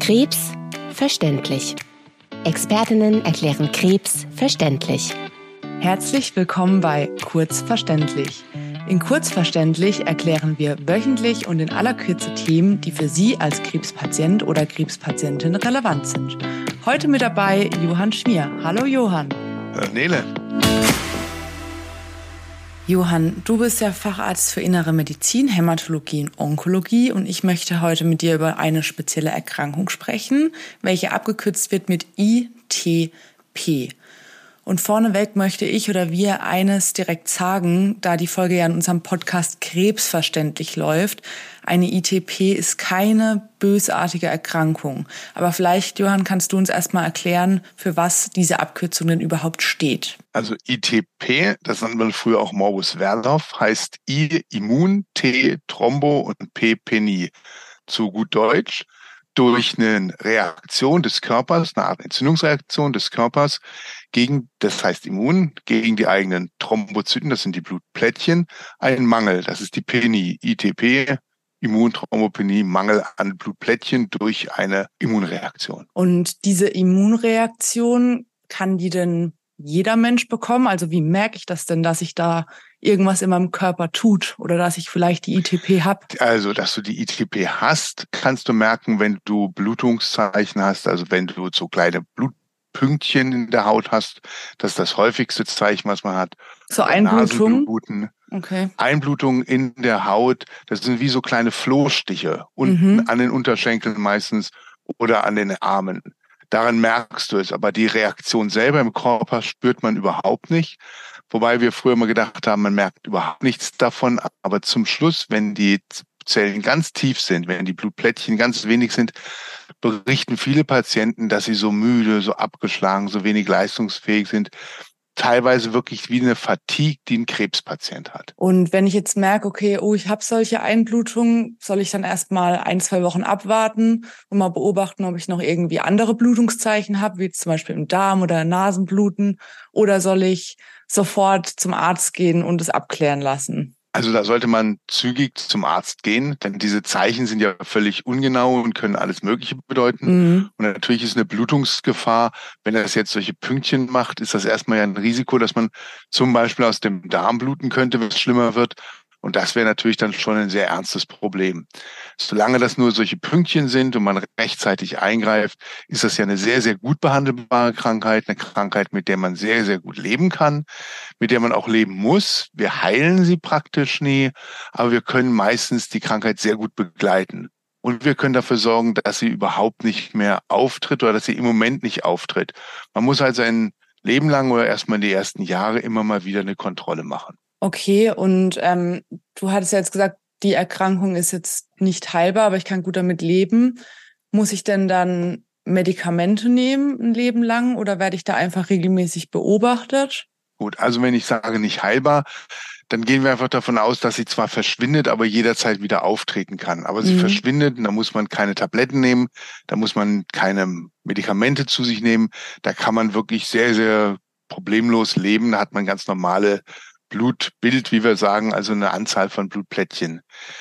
Krebs verständlich. Expertinnen erklären Krebs verständlich. Herzlich willkommen bei Kurzverständlich. In Kurzverständlich erklären wir wöchentlich und in aller Kürze Themen, die für Sie als Krebspatient oder Krebspatientin relevant sind. Heute mit dabei Johann Schmier. Hallo Johann. Nele. Johann, du bist ja Facharzt für Innere Medizin, Hämatologie und Onkologie und ich möchte heute mit dir über eine spezielle Erkrankung sprechen, welche abgekürzt wird mit ITP. Und vorneweg möchte ich oder wir eines direkt sagen, da die Folge ja in unserem Podcast Krebsverständlich läuft. Eine ITP ist keine bösartige Erkrankung. Aber vielleicht, Johann, kannst du uns erstmal erklären, für was diese Abkürzung denn überhaupt steht. Also ITP, das nannte man früher auch Morbus Werloff, heißt I Immun, T Thrombo und P Penie. Zu gut Deutsch, durch eine Reaktion des Körpers, eine Art Entzündungsreaktion des Körpers gegen, das heißt Immun, gegen die eigenen Thrombozyten, das sind die Blutplättchen, einen Mangel, das ist die Penie, ITP, Immunthrombopenie, Mangel an Blutplättchen durch eine Immunreaktion. Und diese Immunreaktion, kann die denn jeder Mensch bekommen? Also wie merke ich das denn, dass sich da irgendwas in meinem Körper tut oder dass ich vielleicht die ITP habe? Also, dass du die ITP hast, kannst du merken, wenn du Blutungszeichen hast, also wenn du so kleine Blutpünktchen in der Haut hast. Das ist das häufigste Zeichen, was man hat. So Einblutung? Nasenbluten. Okay. Einblutungen in der Haut, das sind wie so kleine Flohstiche unten an den Unterschenkeln meistens oder an den Armen. Daran merkst du es, aber die Reaktion selber im Körper spürt man überhaupt nicht. Wobei wir früher mal gedacht haben, man merkt überhaupt nichts davon. Aber zum Schluss, wenn die Zellen ganz tief sind, wenn die Blutplättchen ganz wenig sind, berichten viele Patienten, dass sie so müde, so abgeschlagen, so wenig leistungsfähig sind. Teilweise wirklich wie eine Fatigue, die ein Krebspatient hat. Und wenn ich jetzt merke, okay, ich habe solche Einblutungen, soll ich dann erstmal 1-2 Wochen abwarten und mal beobachten, ob ich noch irgendwie andere Blutungszeichen habe, wie zum Beispiel im Darm oder Nasenbluten, oder soll ich sofort zum Arzt gehen und es abklären lassen? Also da sollte man zügig zum Arzt gehen, denn diese Zeichen sind ja völlig ungenau und können alles Mögliche bedeuten. Und natürlich ist eine Blutungsgefahr, wenn er das jetzt solche Pünktchen macht, ist das erstmal ja ein Risiko, dass man zum Beispiel aus dem Darm bluten könnte, wenn es schlimmer wird. Und das wäre natürlich dann schon ein sehr ernstes Problem. Solange das nur solche Pünktchen sind und man rechtzeitig eingreift, ist das ja eine sehr, sehr gut behandelbare Krankheit, eine Krankheit, mit der man sehr, sehr gut leben kann, mit der man auch leben muss. Wir heilen sie praktisch nie, aber wir können meistens die Krankheit sehr gut begleiten. Und wir können dafür sorgen, dass sie überhaupt nicht mehr auftritt oder dass sie im Moment nicht auftritt. Man muss halt sein Leben lang oder erstmal in die ersten Jahre immer mal wieder eine Kontrolle machen. Okay, und du hattest ja jetzt gesagt, die Erkrankung ist jetzt nicht heilbar, aber ich kann gut damit leben. Muss ich denn dann Medikamente nehmen ein Leben lang oder werde ich da einfach regelmäßig beobachtet? Gut, also wenn ich sage nicht heilbar, dann gehen wir einfach davon aus, dass sie zwar verschwindet, aber jederzeit wieder auftreten kann. Aber sie verschwindet und da muss man keine Tabletten nehmen, da muss man keine Medikamente zu sich nehmen. Da kann man wirklich sehr, sehr problemlos leben. Da hat man ganz normale Blutbild, wie wir sagen, also eine Anzahl von Blutplättchen.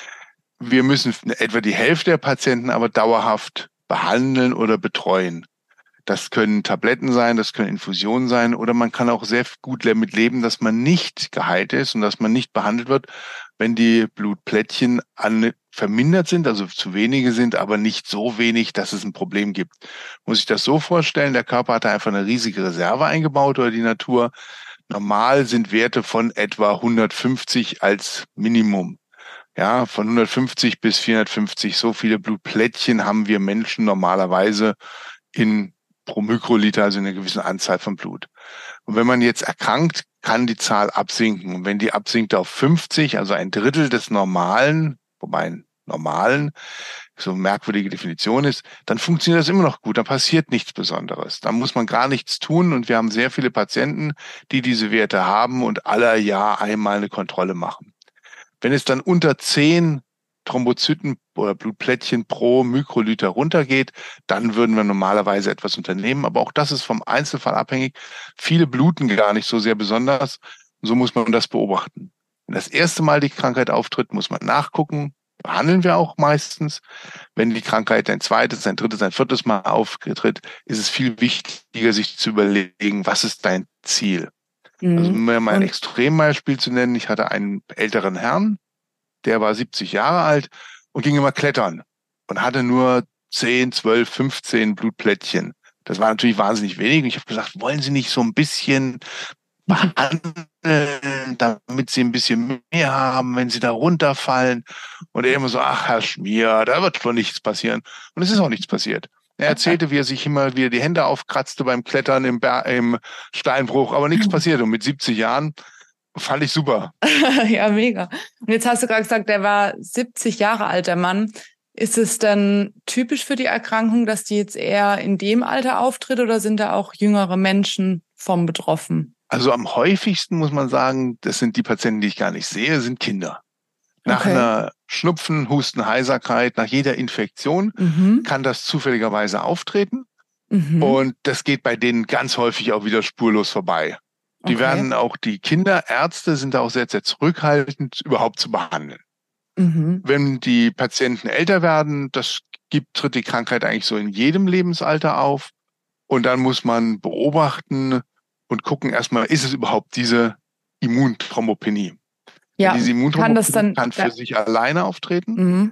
Wir müssen etwa die Hälfte der Patienten aber dauerhaft behandeln oder betreuen. Das können Tabletten sein, das können Infusionen sein oder man kann auch sehr gut damit leben, dass man nicht geheilt ist und dass man nicht behandelt wird, wenn die Blutplättchen vermindert sind, also zu wenige sind, aber nicht so wenig, dass es ein Problem gibt. Muss ich das so vorstellen, der Körper hat da einfach eine riesige Reserve eingebaut oder die Natur. Normal sind Werte von etwa 150 als Minimum. Ja, von 150 bis 450, so viele Blutplättchen haben wir Menschen normalerweise pro Mikroliter, also in einer gewissen Anzahl von Blut. Und wenn man jetzt erkrankt, kann die Zahl absinken. Und wenn die absinkt auf 50, also ein Drittel des Normalen, wobei Normalen so eine merkwürdige Definition ist, dann funktioniert das immer noch gut, dann passiert nichts Besonderes. Da muss man gar nichts tun und wir haben sehr viele Patienten, die diese Werte haben und alle Jahr einmal eine Kontrolle machen. Wenn es dann unter 10 Thrombozyten oder Blutplättchen pro Mikroliter runtergeht, dann würden wir normalerweise etwas unternehmen. Aber auch das ist vom Einzelfall abhängig. Viele bluten gar nicht so sehr besonders. So muss man das beobachten. Wenn das erste Mal die Krankheit auftritt, muss man nachgucken. behandeln wir auch meistens. Wenn die Krankheit ein zweites, ein drittes, ein viertes Mal auftritt, ist es viel wichtiger, sich zu überlegen, was ist dein Ziel? Also um mir mal ein Und Extrembeispiel zu nennen, ich hatte einen älteren Herrn, der war 70 Jahre alt und ging immer klettern und hatte nur 10, 12, 15 Blutplättchen. Das war natürlich wahnsinnig wenig. Und ich habe gesagt, wollen Sie nicht so ein bisschen behandeln, damit Sie ein bisschen mehr haben, wenn Sie da runterfallen? Und er immer so, ach, Herr Schmier, da wird schon nichts passieren. Und es ist auch nichts passiert. Er erzählte, wie er sich immer wieder die Hände aufkratzte beim Klettern im Steinbruch, aber nichts passiert. Und mit 70 Jahren fand ich super. ja, mega. Und jetzt hast du gerade gesagt, der war 70 Jahre alt, der Mann. Ist es dann typisch für die Erkrankung, dass die jetzt eher in dem Alter auftritt oder sind da auch jüngere Menschen vom betroffen? Also am häufigsten muss man sagen, das sind die Patienten, die ich gar nicht sehe, sind Kinder. Nach einer Schnupfen, Husten, Heiserkeit, nach jeder Infektion kann das zufälligerweise auftreten. Und das geht bei denen ganz häufig auch wieder spurlos vorbei. Die werden auch, die Kinderärzte sind da auch sehr, sehr zurückhaltend, überhaupt zu behandeln. Wenn die Patienten älter werden, tritt die Krankheit eigentlich so in jedem Lebensalter auf. Und dann muss man beobachten und gucken erstmal, ist es überhaupt diese Immunthrombopenie? Ja, Diese kann das Immunthrombopenie dann kann für sich alleine auftreten.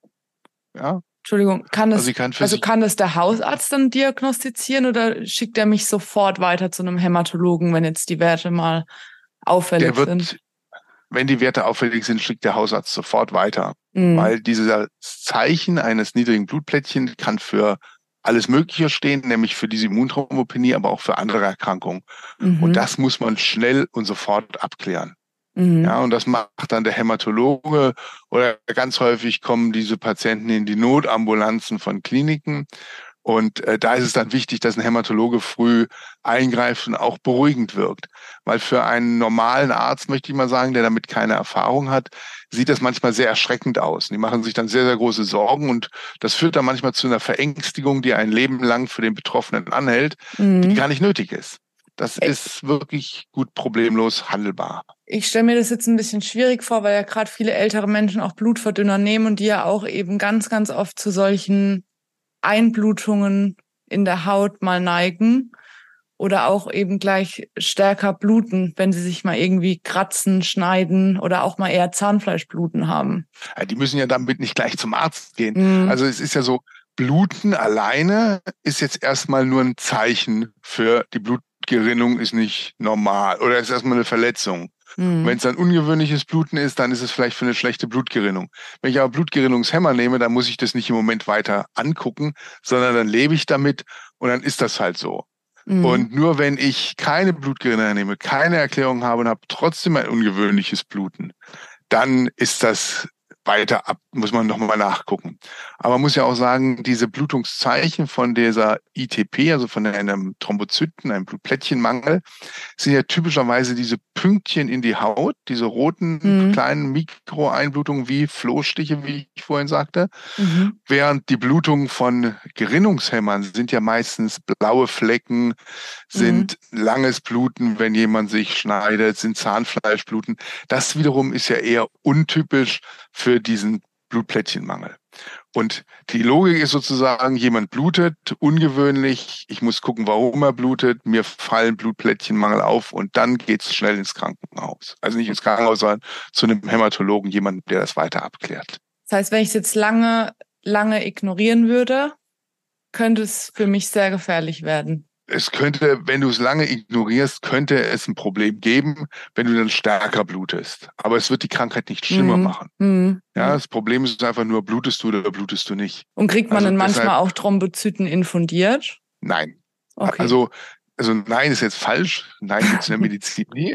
Ja. Entschuldigung, kann das der Hausarzt dann diagnostizieren oder schickt er mich sofort weiter zu einem Hämatologen, wenn jetzt die Werte mal auffällig sind? Wenn die Werte auffällig sind, schickt der Hausarzt sofort weiter. Weil dieses Zeichen eines niedrigen Blutplättchen kann für alles Mögliche stehen, nämlich für diese Immunthrombopenie, aber auch für andere Erkrankungen. Und das muss man schnell und sofort abklären. Ja, und das macht dann der Hämatologe oder ganz häufig kommen diese Patienten in die Notambulanzen von Kliniken. Und da ist es dann wichtig, dass ein Hämatologe früh eingreift und auch beruhigend wirkt. Weil für einen normalen Arzt, möchte ich mal sagen, der damit keine Erfahrung hat, sieht das manchmal sehr erschreckend aus. Und die machen sich dann sehr, sehr große Sorgen und das führt dann manchmal zu einer Verängstigung, die ein Leben lang für den Betroffenen anhält, die gar nicht nötig ist. Das ist wirklich gut problemlos handelbar. Ich stelle mir das jetzt ein bisschen schwierig vor, weil ja gerade viele ältere Menschen auch Blutverdünner nehmen und die ja auch eben ganz, ganz oft zu solchen Einblutungen in der Haut mal neigen oder auch eben gleich stärker bluten, wenn sie sich mal irgendwie kratzen, schneiden oder auch mal eher Zahnfleischbluten haben. Ja, die müssen ja damit nicht gleich zum Arzt gehen. Also es ist ja so, Bluten alleine ist jetzt erstmal nur ein Zeichen für die Blutgerinnung ist nicht normal oder ist erstmal eine Verletzung. Und wenn es ein ungewöhnliches Bluten ist, dann ist es vielleicht für eine schlechte Blutgerinnung. Wenn ich aber Blutgerinnungshemmer nehme, dann muss ich das nicht im Moment weiter angucken, sondern dann lebe ich damit und dann ist das halt so. Und nur wenn ich keine Blutgerinnung nehme, keine Erklärung habe und habe trotzdem ein ungewöhnliches Bluten, dann ist das weiter ab, muss man nochmal nachgucken. Aber man muss ja auch sagen, diese Blutungszeichen von dieser ITP, also von einem Thrombozyten, einem Blutplättchenmangel, sind ja typischerweise diese Pünktchen in die Haut, diese roten kleinen Mikroeinblutungen wie Flohstiche, wie ich vorhin sagte. Während die Blutungen von Gerinnungshemmern sind ja meistens blaue Flecken, sind langes Bluten, wenn jemand sich schneidet, sind Zahnfleischbluten. Das wiederum ist ja eher untypisch für diesen Blutplättchenmangel. Und die Logik ist sozusagen, jemand blutet, ungewöhnlich, ich muss gucken, warum er blutet, mir fallen Blutplättchenmangel auf und dann geht's schnell ins Krankenhaus. Also nicht ins Krankenhaus, sondern zu einem Hämatologen, jemandem, der das weiter abklärt. Das heißt, wenn ich es jetzt lange ignorieren würde, könnte es für mich sehr gefährlich werden. Es könnte, wenn du es lange ignorierst, könnte es ein Problem geben, wenn du dann stärker blutest. Aber es wird die Krankheit nicht schlimmer machen. Ja, das Problem ist einfach nur, blutest du oder blutest du nicht. Und kriegt man dann manchmal auch Thrombozyten infundiert? Nein. Okay. Also nein ist jetzt falsch. Nein gibt's in der Medizin nie.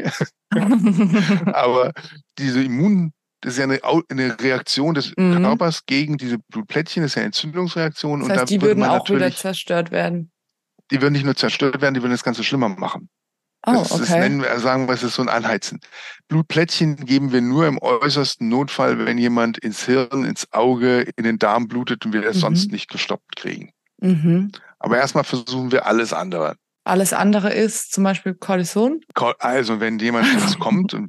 Aber diese das ist ja eine Reaktion des Körpers gegen diese Blutplättchen, das ist ja eine Entzündungsreaktion. Das heißt, und die würden auch wieder zerstört werden? Die würden nicht nur zerstört werden, die würden das Ganze schlimmer machen. Das nennen wir, sagen wir, es ist so ein Anheizen. Blutplättchen geben wir nur im äußersten Notfall, wenn jemand ins Hirn, ins Auge, in den Darm blutet und wir das sonst nicht gestoppt kriegen. Aber erstmal versuchen wir alles andere. Alles andere ist zum Beispiel Cortison? Also wenn jemand jetzt kommt und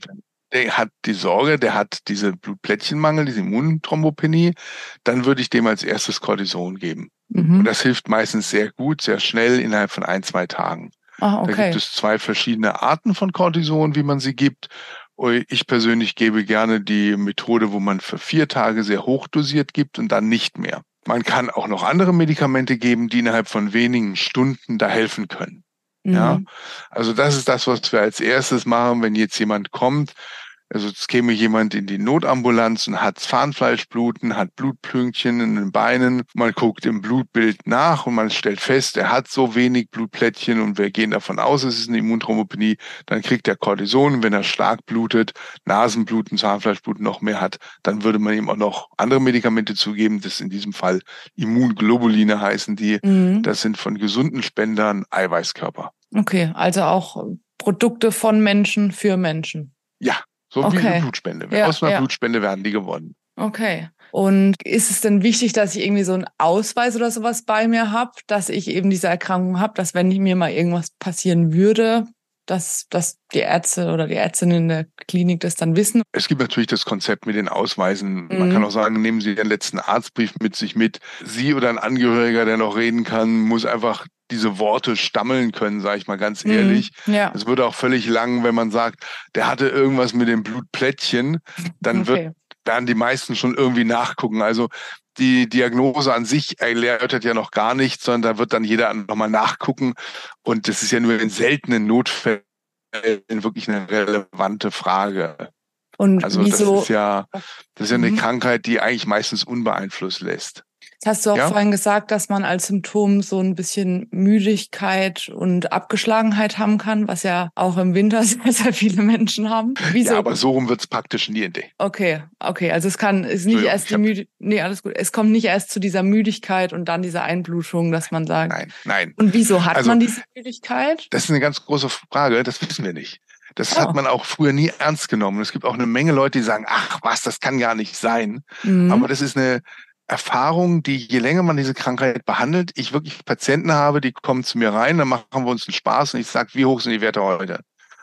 der hat die Sorge, der hat diese Blutplättchenmangel, diese Immunthrombopenie, dann würde ich dem als erstes Cortison geben. Und das hilft meistens sehr gut, sehr schnell, innerhalb von 1, 2 Tagen. Ah, okay. Da gibt es 2 verschiedene Arten von Cortison, wie man sie gibt. Ich persönlich gebe gerne die Methode, wo man für 4 Tage sehr hoch dosiert gibt und dann nicht mehr. Man kann auch noch andere Medikamente geben, die innerhalb von wenigen Stunden da helfen können. Ja, also das ist das, was wir als erstes machen, wenn jetzt jemand kommt. Also es käme jemand in die Notambulanz und hat Zahnfleischbluten, hat Blutpünktchen in den Beinen. Man guckt im Blutbild nach und man stellt fest, er hat so wenig Blutplättchen und wir gehen davon aus, es ist eine Immunthrombopenie. Dann kriegt er Cortison. Wenn er stark blutet, Nasenbluten, Zahnfleischbluten noch mehr hat, dann würde man ihm auch noch andere Medikamente zugeben. Das in diesem Fall Immunglobuline heißen die. Das sind von gesunden Spendern Eiweißkörper. Okay, also auch Produkte von Menschen für Menschen. Ja. So wie eine Blutspende. Ja, aus einer Blutspende werden die gewonnen. Okay. Und ist es denn wichtig, dass ich irgendwie so einen Ausweis oder sowas bei mir habe, dass ich eben diese Erkrankung habe, dass wenn mir mal irgendwas passieren würde, dass die Ärzte oder die Ärztinnen in der Klinik das dann wissen? Es gibt natürlich das Konzept mit den Ausweisen. Man kann auch sagen, nehmen Sie den letzten Arztbrief mit sich mit. Sie oder ein Angehöriger, der noch reden kann, muss einfach diese Worte stammeln können, sage ich mal ganz ehrlich. Ja. Es würde auch völlig lang, wenn man sagt, der hatte irgendwas mit dem Blutplättchen, dann werden die meisten schon irgendwie nachgucken. Also die Diagnose an sich erläutert ja noch gar nichts, sondern da wird dann jeder nochmal nachgucken. Und das ist ja nur in seltenen Notfällen wirklich eine relevante Frage. Und also wieso? Das ist ja eine Krankheit, die eigentlich meistens unbeeinflusst lässt. Das hast du auch vorhin gesagt, dass man als Symptom so ein bisschen Müdigkeit und Abgeschlagenheit haben kann, was ja auch im Winter sehr, sehr viele Menschen haben. Wieso? Ja, aber so rum wird's praktisch nie entdeckt. Okay. Also es nicht erst alles gut. Es kommt nicht erst zu dieser Müdigkeit und dann dieser Einblutung, dass man sagt. Nein. Und wieso hat man diese Müdigkeit? Das ist eine ganz große Frage, das wissen wir nicht. Das hat man auch früher nie ernst genommen. Es gibt auch eine Menge Leute, die sagen, ach was, das kann gar nicht sein. Aber das ist eine Erfahrung, die je länger man diese Krankheit behandelt, ich wirklich Patienten habe, die kommen zu mir rein, dann machen wir uns einen Spaß und ich sage, wie hoch sind die Werte heute?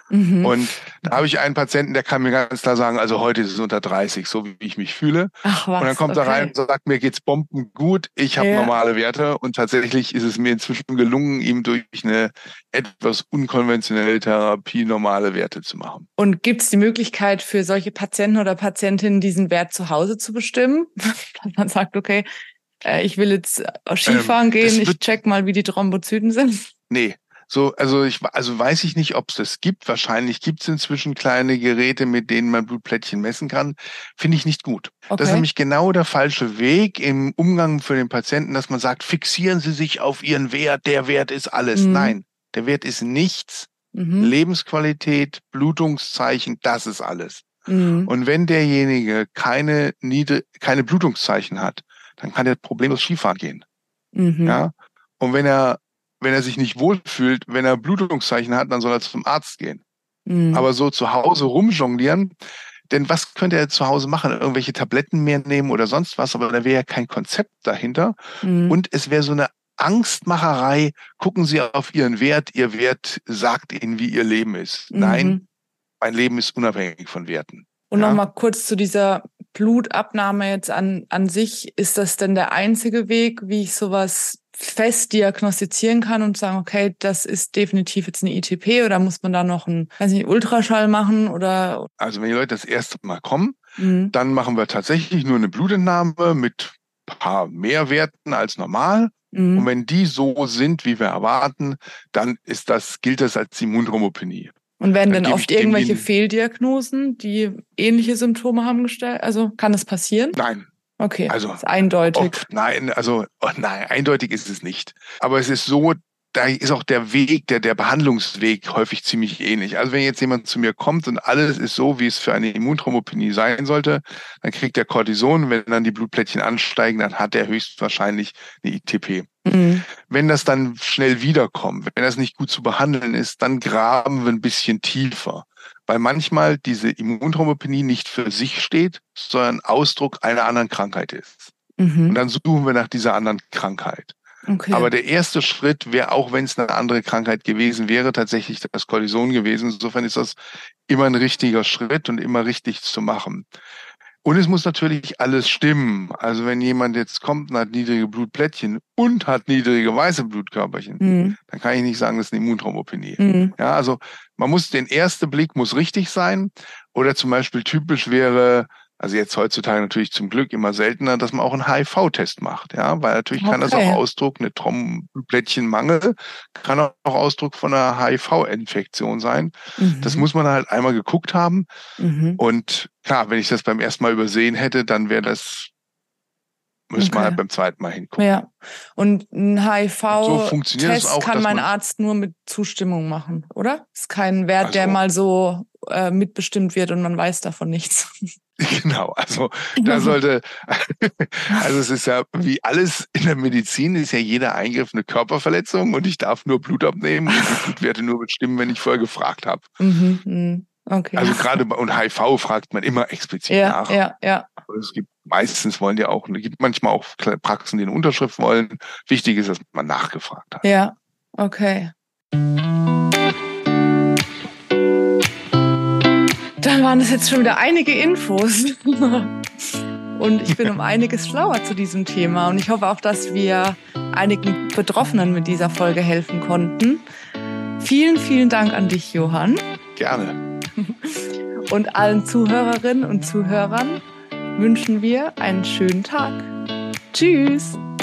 Und da habe ich einen Patienten, der kann mir ganz klar sagen, also heute ist es unter 30, so wie ich mich fühle. Ach was, und dann kommt er rein und sagt, mir geht's bombengut, ich habe normale Werte. Und tatsächlich ist es mir inzwischen gelungen, ihm durch eine etwas unkonventionelle Therapie normale Werte zu machen. Und gibt es die Möglichkeit für solche Patienten oder Patientinnen, diesen Wert zu Hause zu bestimmen? Dass man sagt, okay, ich will jetzt Skifahren gehen, ich check mal, wie die Thrombozyten sind. Nee. Also weiß ich nicht, ob es das gibt. Wahrscheinlich gibt es inzwischen kleine Geräte, mit denen man Blutplättchen messen kann. Finde ich nicht gut. Okay. Das ist nämlich genau der falsche Weg im Umgang für den Patienten, dass man sagt, fixieren Sie sich auf Ihren Wert, der Wert ist alles. Nein, der Wert ist nichts. Lebensqualität, Blutungszeichen, das ist alles. Und wenn derjenige keine Blutungszeichen hat, dann kann er problemlos Skifahren gehen. Ja? Und wenn er sich nicht wohlfühlt, wenn er Blutungszeichen hat, dann soll er zum Arzt gehen. Aber so zu Hause rumjonglieren, denn was könnte er zu Hause machen? Irgendwelche Tabletten mehr nehmen oder sonst was, aber da wäre ja kein Konzept dahinter. Und es wäre so eine Angstmacherei. Gucken Sie auf Ihren Wert. Ihr Wert sagt Ihnen, wie Ihr Leben ist. Nein, mein Leben ist unabhängig von Werten. Und nochmal kurz zu dieser Blutabnahme jetzt an sich. Ist das denn der einzige Weg, wie ich sowas fest diagnostizieren kann und sagen, okay, das ist definitiv jetzt eine ITP, oder muss man da noch einen, Ultraschall machen oder? Also wenn die Leute das erste Mal kommen, dann machen wir tatsächlich nur eine Blutentnahme mit ein paar mehr Werten als normal. Und wenn die so sind, wie wir erwarten, dann gilt das als Immunthrombopenie. Und werden dann oft irgendwelche Fehldiagnosen, die ähnliche Symptome haben, gestellt? Also kann das passieren? Nein. Okay, also ist eindeutig. Nein, eindeutig ist es nicht. Aber es ist so, da ist auch der Weg, der Behandlungsweg häufig ziemlich ähnlich. Also wenn jetzt jemand zu mir kommt und alles ist so, wie es für eine Immunthrombopenie sein sollte, dann kriegt er Cortison. Wenn dann die Blutplättchen ansteigen, dann hat er höchstwahrscheinlich eine ITP. Wenn das dann schnell wiederkommt, wenn das nicht gut zu behandeln ist, dann graben wir ein bisschen tiefer. Weil manchmal diese Immunthrombopenie nicht für sich steht, sondern Ausdruck einer anderen Krankheit ist. Und dann suchen wir nach dieser anderen Krankheit. Okay. Aber der erste Schritt wäre, auch wenn es eine andere Krankheit gewesen wäre, tatsächlich das Cortison gewesen. Insofern ist das immer ein richtiger Schritt und immer richtig zu machen. Und es muss natürlich alles stimmen. Also wenn jemand jetzt kommt und hat niedrige Blutplättchen und hat niedrige weiße Blutkörperchen, dann kann ich nicht sagen, das ist eine Immunthrombopenie. Ja, also den erste Blick muss richtig sein. Oder zum Beispiel typisch wäre, also jetzt heutzutage natürlich zum Glück immer seltener, dass man auch einen HIV-Test macht. Ja, weil natürlich kann das auch Ausdruck, eine Blutplättchenmangel kann auch Ausdruck von einer HIV-Infektion sein. Das muss man halt einmal geguckt haben. Und klar, wenn ich das beim ersten Mal übersehen hätte, dann müssen wir halt beim zweiten Mal hingucken. Ja. Und ein So funktioniert es HIV-Test auch, kann mein Arzt nur mit Zustimmung machen, oder? Ist kein Wert, der mal so mitbestimmt wird und man weiß davon nichts. Genau, also also es ist ja wie alles in der Medizin, ist ja jeder Eingriff eine Körperverletzung und ich darf nur Blut abnehmen und die Blutwerte nur bestimmen, wenn ich vorher gefragt habe. Okay. Also gerade und HIV fragt man immer explizit nach. Ja. Und es gibt manchmal auch Praxen, die eine Unterschrift wollen. Wichtig ist, dass man nachgefragt hat. Ja, okay. Dann waren das jetzt schon wieder einige Infos. Und ich bin um einiges schlauer zu diesem Thema. Und ich hoffe auch, dass wir einigen Betroffenen mit dieser Folge helfen konnten. Vielen, vielen Dank an dich, Johann. Gerne. Und allen Zuhörerinnen und Zuhörern wünschen wir einen schönen Tag. Tschüss.